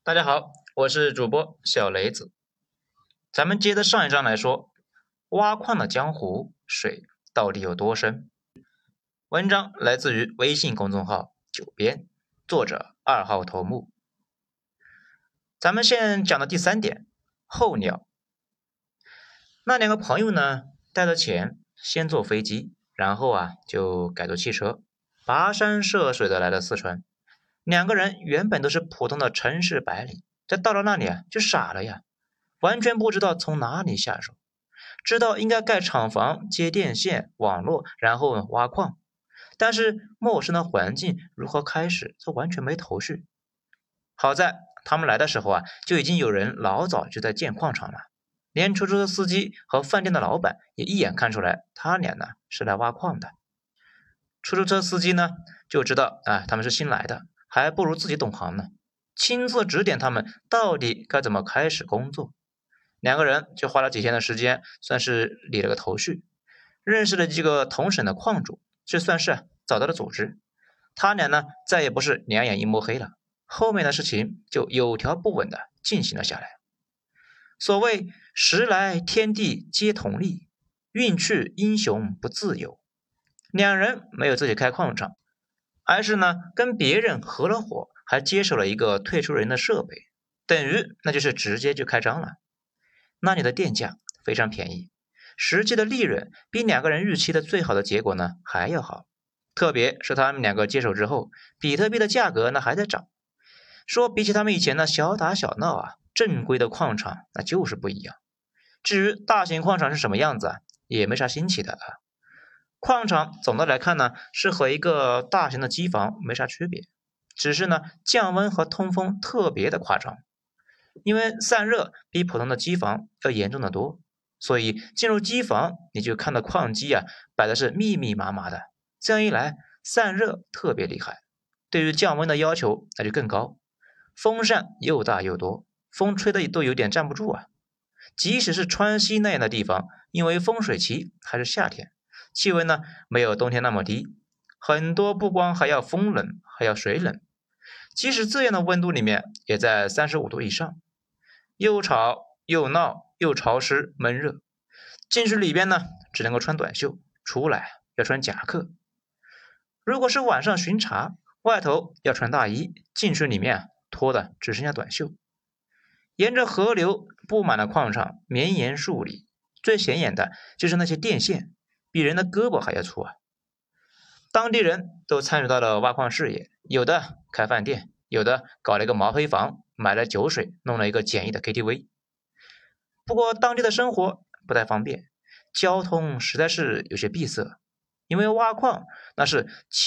大家好，我是主播小雷子。咱们接着上一章来说，挖矿的江湖水到底有多深？文章来自于微信公众号九编，作者2号头目。咱们现讲的第3点，候鸟。那两个朋友呢，带着钱先坐飞机，然后就改坐汽车，跋山涉水的来了四川。两个人原本都是普通的城市白领，这到了那里就傻了呀，完全不知道从哪里下手，知道应该盖厂房、接电线、网络，然后挖矿，但是陌生的环境如何开始，这完全没头绪。好在他们来的时候就已经有人老早就在建矿场了，连出租车司机和饭店的老板也一眼看出来他俩呢是来挖矿的。出租车司机呢就知道他们是新来的，还不如自己懂行呢，亲自指点他们到底该怎么开始工作。两个人就花了几天的时间，算是理了个头绪，认识了几个同省的矿主，这算是找到了组织。他俩呢再也不是两眼一摸黑了，后面的事情就有条不紊的进行了下来。所谓时来天地皆同力，运去英雄不自由。两人没有自己开矿场，而是呢跟别人合了伙，还接手了一个退出人的设备，等于那就是直接就开张了。那里的电价非常便宜，实际的利润比两个人预期的最好的结果呢还要好。特别是他们两个接手之后，比特币的价格呢还在涨，说比起他们以前呢小打小闹正规的矿场那就是不一样。至于大型矿场是什么样子也没啥新奇的矿场总的来看呢，是和一个大型的机房没啥区别，只是呢降温和通风特别的夸张。因为散热比普通的机房要严重的多，所以进入机房你就看到矿机摆的是密密麻麻的，这样一来散热特别厉害，对于降温的要求那就更高，风扇又大又多，风吹的都有点站不住即使是川西那样的地方，因为风水期还是夏天，气温呢没有冬天那么低，很多不光还要风冷还要水冷，即使这样的温度里面也在35度以上，又吵又闹又潮湿闷热。进去里边呢只能够穿短袖，出来要穿夹克。如果是晚上巡查，外头要穿大衣，进去里面脱的只剩下短袖。沿着河流布满了矿场，绵延数里，最显眼的就是那些电线，比人的胳膊还要粗当地人都参与到了挖矿事业，有的开饭店，有的搞了一个毛坯房，买了酒水，弄了一个简易的 KTV。 不过当地的生活不太方便，交通实在是有些闭塞，因为挖矿那是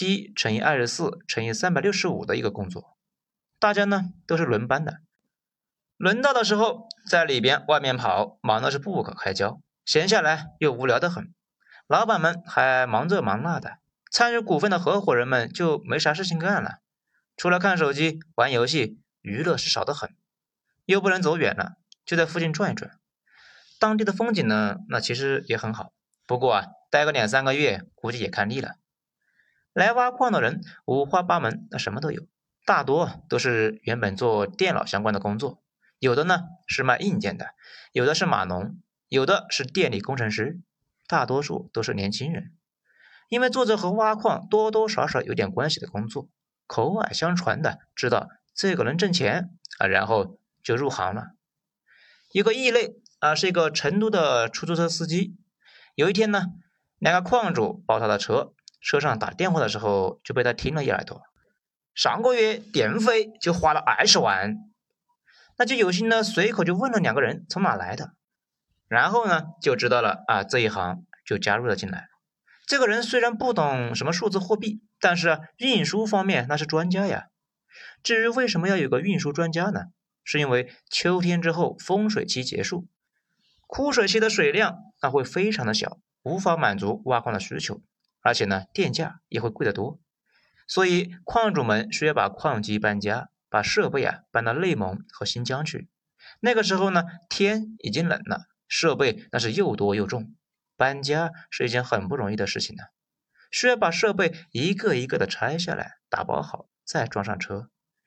7×24×365的一个工作，大家呢都是轮班的，轮到的时候在里边外面跑，忙的是不可开交，闲下来又无聊得很，老板们还忙这忙那的，参与股份的合伙人们就没啥事情干了，除了看手机玩游戏，娱乐是少得很，又不能走远了，就在附近转一转。当地的风景呢那其实也很好，不过待个2-3个月估计也看腻了。来挖矿的人五花八门，那什么都有，大多都是原本做电脑相关的工作，有的呢是卖硬件的，有的是码农，有的是电力工程师，大多数都是年轻人。因为做着和挖矿多多少少有点关系的工作，口耳相传的知道这个能挣钱然后就入行了。有个异类是一个成都的出租车司机。有一天呢，两个矿主包他的车，车上打电话的时候就被他听了一耳朵，上个月电费就花了20万。那就有心呢随口就问了两个人从哪来的，然后呢就知道了这一行就加入了进来。这个人虽然不懂什么数字货币，但是运输方面那是专家呀。至于为什么要有个运输专家呢？是因为秋天之后丰水期结束，枯水期的水量那会非常的小，无法满足挖矿的需求，而且呢电价也会贵得多，所以矿主们需要把矿机搬家，把设备搬到内蒙和新疆去。那个时候呢天已经冷了，设备那是又多又重，搬家是一件很不容易的事情需要把设备一个一个的拆下来，打包好再装上车。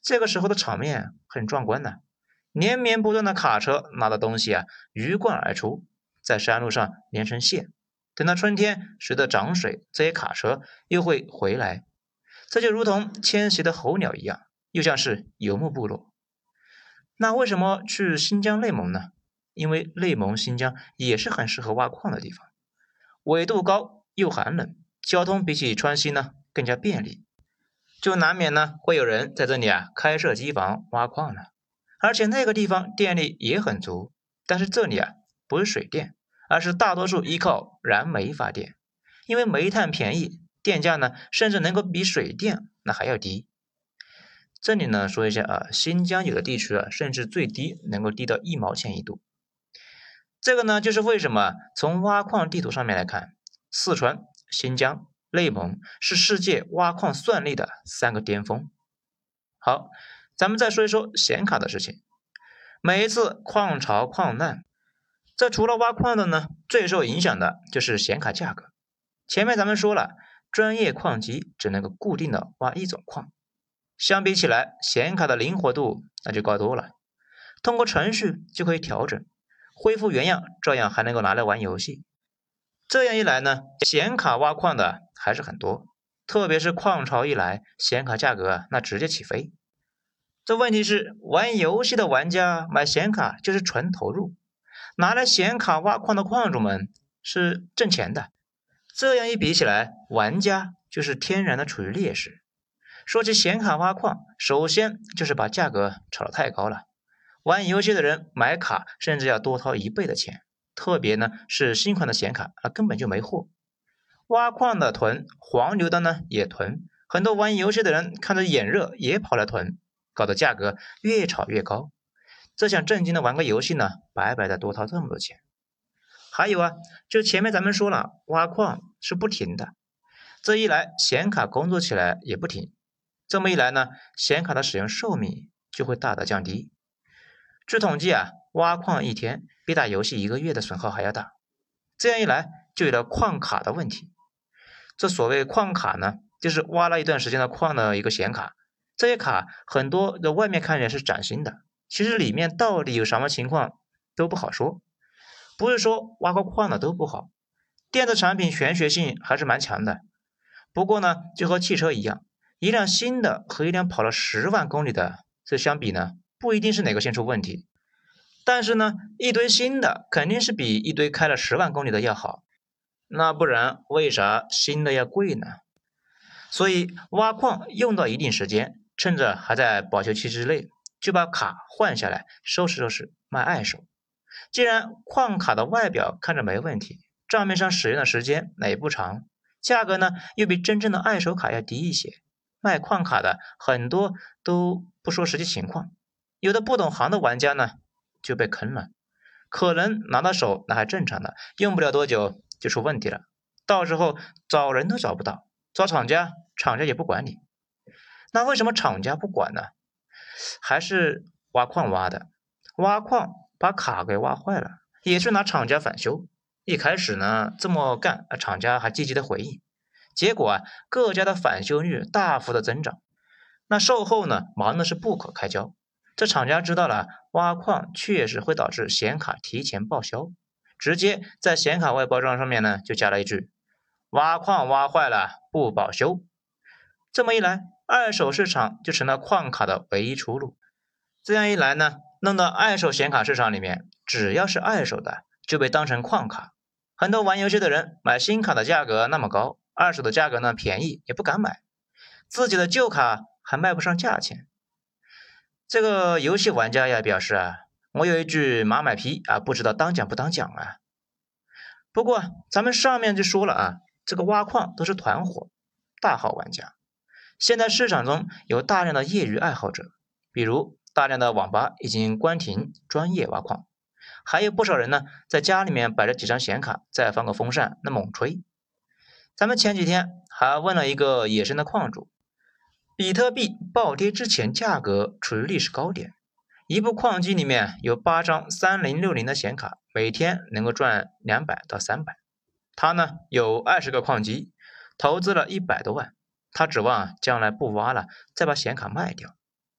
这个时候的场面很壮观呢，连绵不断的卡车拿的东西鱼贯而出，在山路上连成线。等到春天，随着涨水，这些卡车又会回来，这就如同迁徙的候鸟一样，又像是游牧部落。那为什么去新疆内蒙呢？因为内蒙、新疆也是很适合挖矿的地方，纬度高又寒冷，交通比起川西呢更加便利，就难免呢会有人在这里开设机房挖矿呢。而且那个地方电力也很足，但是这里不是水电，而是大多数依靠燃煤发电，因为煤炭便宜，电价呢甚至能够比水电那还要低。这里呢说一下新疆有的地区甚至最低能够低到1毛钱一度。这个呢就是为什么从挖矿地图上面来看，四川、新疆、内蒙是世界挖矿算力的3个巅峰。好，咱们再说一说显卡的事情。每一次矿潮矿难，这除了挖矿的呢，最受影响的就是显卡价格。前面咱们说了，专业矿机只能够固定的挖一种矿，相比起来，显卡的灵活度那就高多了，通过程序就可以调整，恢复原样，照样还能够拿来玩游戏。这样一来呢，显卡挖矿的还是很多，特别是矿潮一来，显卡价格那直接起飞。这问题是，玩游戏的玩家买显卡就是纯投入，拿来显卡挖矿的矿主们是挣钱的。这样一比起来，玩家就是天然的处于劣势。说起显卡挖矿，首先就是把价格炒得太高了，玩游戏的人买卡甚至要多掏1倍的钱，特别呢是新款的显卡根本就没货。挖矿的囤，黄牛的呢也囤，很多玩游戏的人看着眼热也跑来囤，搞得价格越炒越高。这想正经的玩个游戏呢，白白的多掏这么多钱。还有就前面咱们说了，挖矿是不停的，这一来显卡工作起来也不停，这么一来呢，显卡的使用寿命就会大大降低。据统计挖矿一天比打游戏1个月的损耗还要大，这样一来就有了矿卡的问题。这所谓矿卡呢，就是挖了一段时间的矿的一个显卡，这些卡很多在外面看起来是崭新的，其实里面到底有什么情况都不好说。不是说挖过矿的都不好，电子产品玄学性还是蛮强的。不过呢，就和汽车一样，一辆新的和一辆跑了10万公里的这相比呢，不一定是哪个先出问题。但是呢，一堆新的肯定是比一堆开了10万公里的要好，那不然为啥新的要贵呢？所以挖矿用到一定时间，趁着还在保修期之内，就把卡换下来，收拾收拾卖二手。既然矿卡的外表看着没问题，账面上使用的时间也不长，价格呢又比真正的二手卡要低一些，卖矿卡的很多都不说实际情况，有的不懂行的玩家呢就被坑了，可能拿到手那还正常的，用不了多久就出问题了，到时候找人都找不到，找厂家，厂家也不管你。那为什么厂家不管呢？还是挖矿挖的，挖矿把卡给挖坏了，也是拿厂家返修。一开始呢这么干，厂家还积极的回应，结果各家的返修率大幅的增长，那售后呢忙的是不可开交。这厂家知道了挖矿确实会导致显卡提前报销，直接在显卡外包装上面呢就加了一句：挖矿挖坏了不保修。这么一来，二手市场就成了矿卡的唯一出路。这样一来呢，弄到二手显卡市场里面，只要是二手的就被当成矿卡。很多玩游戏的人买新卡的价格那么高，二手的价格呢便宜也不敢买，自己的旧卡还卖不上价钱。这个游戏玩家表示我有一句马买批不知道当讲不当讲不过咱们上面就说了这个挖矿都是团伙大号玩家，现在市场中有大量的业余爱好者，比如大量的网吧已经关停专业挖矿，还有不少人呢在家里面摆着几张显卡，再放个风扇那猛吹。咱们前几天还问了一个野生的矿主，比特币暴跌之前价格处于历史高点，一部矿机里面有8张3060的显卡，每天能够赚200到300。他呢有20个矿机，投资了100多万，他指望将来不挖了再把显卡卖掉。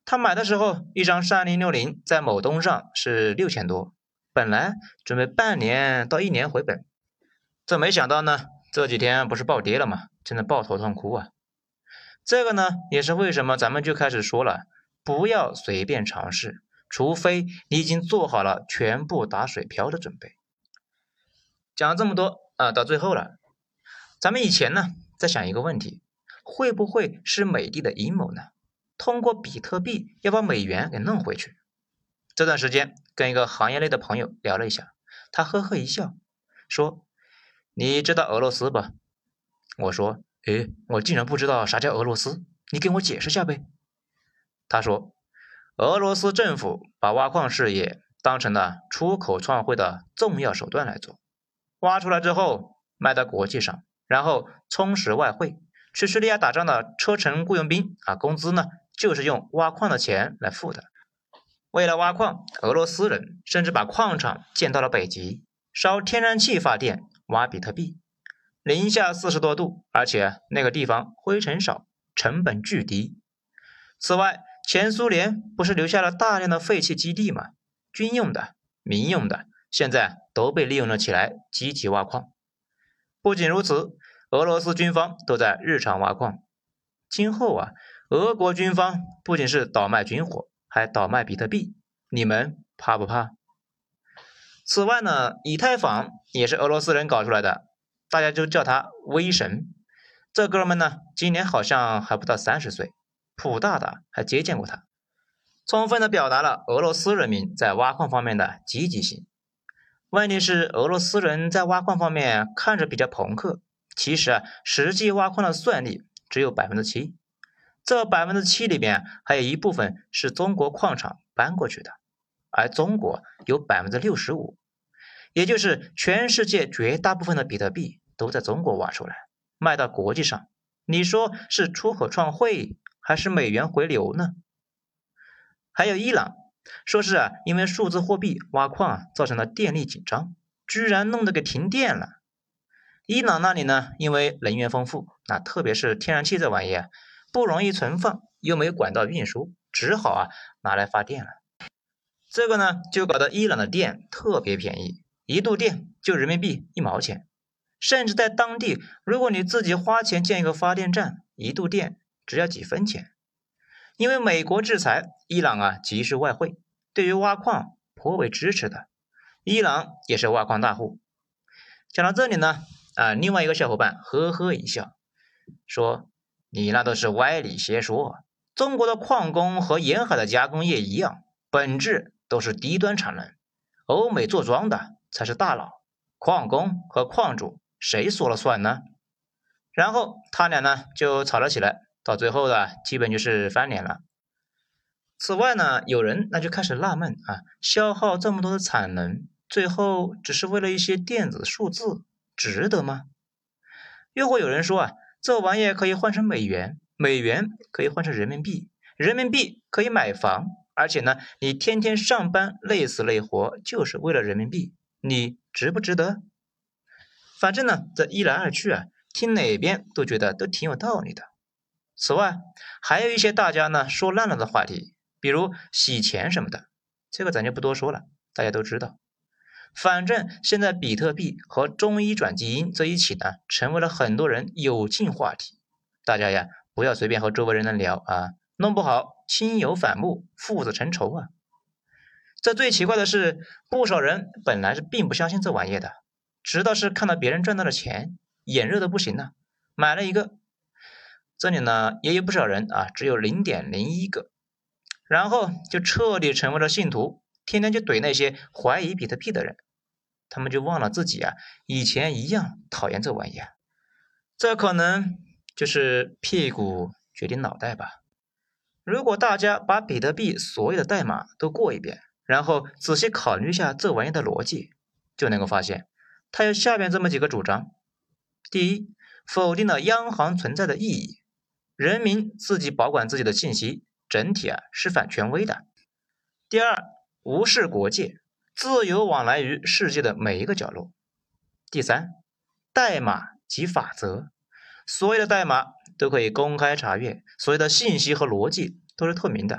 他买的时候，一张3060在某东上是6000多，本来准备半年到1年回本，这没想到呢，这几天不是暴跌了吗？真的抱头痛哭啊！这个呢，也是为什么咱们就开始说了，不要随便尝试，除非你已经做好了全部打水漂的准备。讲了这么多啊，到最后了，咱们以前呢在想一个问题，会不会是美帝的阴谋呢？通过比特币要把美元给弄回去。这段时间跟一个行业内的朋友聊了一下，他呵呵一笑，说：“你知道俄罗斯吧？”我说：“诶，我竟然不知道啥叫俄罗斯，你给我解释下呗。”他说：“俄罗斯政府把挖矿事业当成了出口创汇的重要手段来做，挖出来之后卖到国际上，然后充实外汇。去叙利亚打仗的车臣雇佣兵啊，工资呢就是用挖矿的钱来付的。为了挖矿，俄罗斯人甚至把矿场建到了北极，烧天然气发电，挖比特币。零下40多度，而且那个地方灰尘少，成本巨低。此外，前苏联不是留下了大量的废弃基地吗？军用的、民用的，现在都被利用了起来，积极挖矿。不仅如此，俄罗斯军方都在日常挖矿。今后啊，俄国军方不仅是倒卖军火，还倒卖比特币，你们怕不怕？此外呢，以太坊也是俄罗斯人搞出来的，大家就叫他威神。这哥们呢，今年好像还不到30岁，普大大还接见过他，充分的表达了俄罗斯人民在挖矿方面的积极性。问题是，俄罗斯人在挖矿方面看着比较朋克，其实实际挖矿的算力只有7%，这7%里边还有一部分是中国矿场搬过去的，而中国有65%，也就是全世界绝大部分的比特币都在中国挖出来，卖到国际上。你说是出口创汇还是美元回流呢？还有伊朗，说是因为数字货币挖矿造成了电力紧张，居然弄得给停电了。伊朗那里呢，因为能源丰富，特别是天然气这玩意不容易存放，又没有管道运输，只好拿来发电了。这个呢，就搞得伊朗的电特别便宜，一度电就人民币1毛钱，甚至在当地，如果你自己花钱建一个发电站，一度电只要几分钱。因为美国制裁，伊朗急需外汇，对于挖矿颇为支持的。伊朗也是挖矿大户。讲到这里呢，另外一个小伙伴呵呵一笑，说：“你那都是歪理邪说。中国的矿工和沿海的加工业一样，本质都是低端产能。欧美做庄的才是大佬，矿工和矿主谁说了算呢？”然后他俩呢就吵了起来。到最后呢，基本就是翻脸了。此外呢，有人就开始纳闷消耗这么多的产能，最后只是为了一些电子数字，值得吗？又会有人说这玩意可以换成美元，美元可以换成人民币，人民币可以买房，而且呢，你天天上班累死累活就是为了人民币，你值不值得？反正呢，这一来二去听哪边都觉得都挺有道理的。此外，还有一些大家呢说烂了的话题，比如洗钱什么的，这个咱就不多说了，大家都知道。反正现在比特币和中医转基因这一起呢，成为了很多人有劲话题。大家不要随便和周围人聊弄不好亲友反目，父子成仇这最奇怪的是，不少人本来是并不相信这玩意的，直到是看到别人赚到了钱，眼热的不行买了一个。这里呢也有不少人只有0.01个，然后就彻底成为了信徒，天天就怼那些怀疑比特币的人，他们就忘了自己以前一样讨厌这玩意这可能就是屁股决定脑袋吧。如果大家把比特币所有的代码都过一遍，然后仔细考虑一下这玩意的逻辑，就能够发现它有下面这么几个主张。第一，否定了央行存在的意义，人民自己保管自己的信息，整体是反权威的。第二，无视国界，自由往来于世界的每一个角落。第三，代码即法则，所有的代码都可以公开查阅，所有的信息和逻辑都是透明的，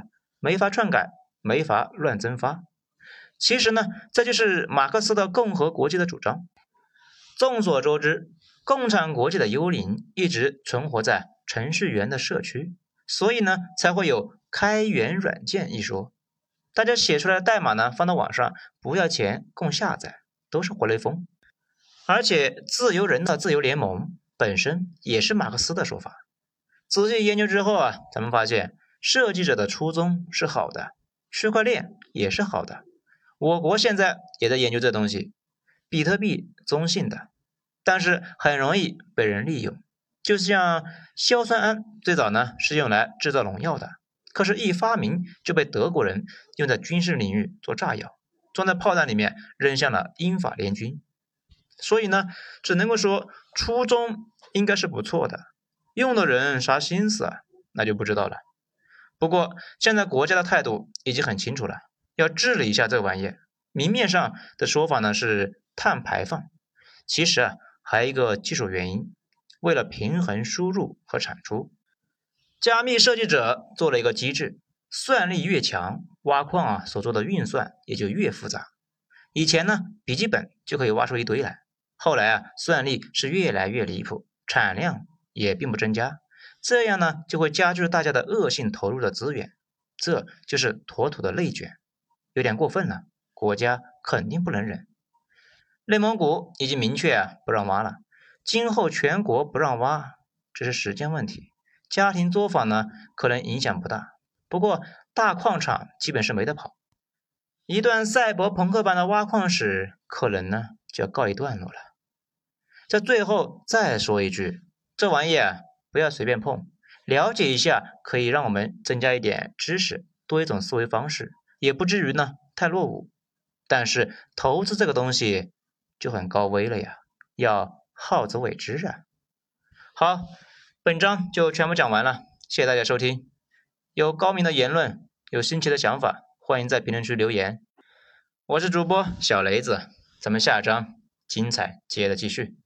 没法篡改，没法乱增发。其实呢，这就是马克思的共和国际的主张。众所周知，共产国际的幽灵一直存活在程序员的社区，所以呢，才会有开源软件一说。大家写出来的代码呢，放到网上不要钱，供下载，都是活雷锋。而且自由人的自由联盟本身也是马克思的说法。仔细研究之后啊，咱们发现设计者的初衷是好的，区块链也是好的。我国现在也在研究这东西，比特币中性的，但是很容易被人利用。就像硝酸铵最早呢是用来制造农药的，可是一发明就被德国人用在军事领域做炸药，装在炮弹里面扔向了英法联军。所以呢，只能够说初衷应该是不错的，用的人啥心思啊，那就不知道了。不过现在国家的态度已经很清楚了，要治理一下这玩意。明面上的说法呢是碳排放，其实啊还有一个技术原因，为了平衡输入和产出，加密设计者做了一个机制，算力越强，挖矿啊所做的运算也就越复杂。以前呢，笔记本就可以挖出一堆来，后来啊，算力是越来越离谱，产量也并不增加，这样呢，就会加剧大家的恶性投入的资源，这就是妥妥的内卷，有点过分了，国家肯定不能忍。内蒙古已经明确不让挖了，今后全国不让挖，只是时间问题。家庭作坊呢，可能影响不大，不过大矿场基本是没得跑。一段赛博朋克版的挖矿史可能呢就要告一段落了。在最后再说一句，这玩意不要随便碰，了解一下可以让我们增加一点知识，多一种思维方式，也不至于呢太落伍。但是投资这个东西就很高危了呀，要好自为之啊。好，本章就全部讲完了，谢谢大家收听。有高明的言论，有新奇的想法，欢迎在评论区留言。我是主播小雷子，咱们下章精彩接着继续。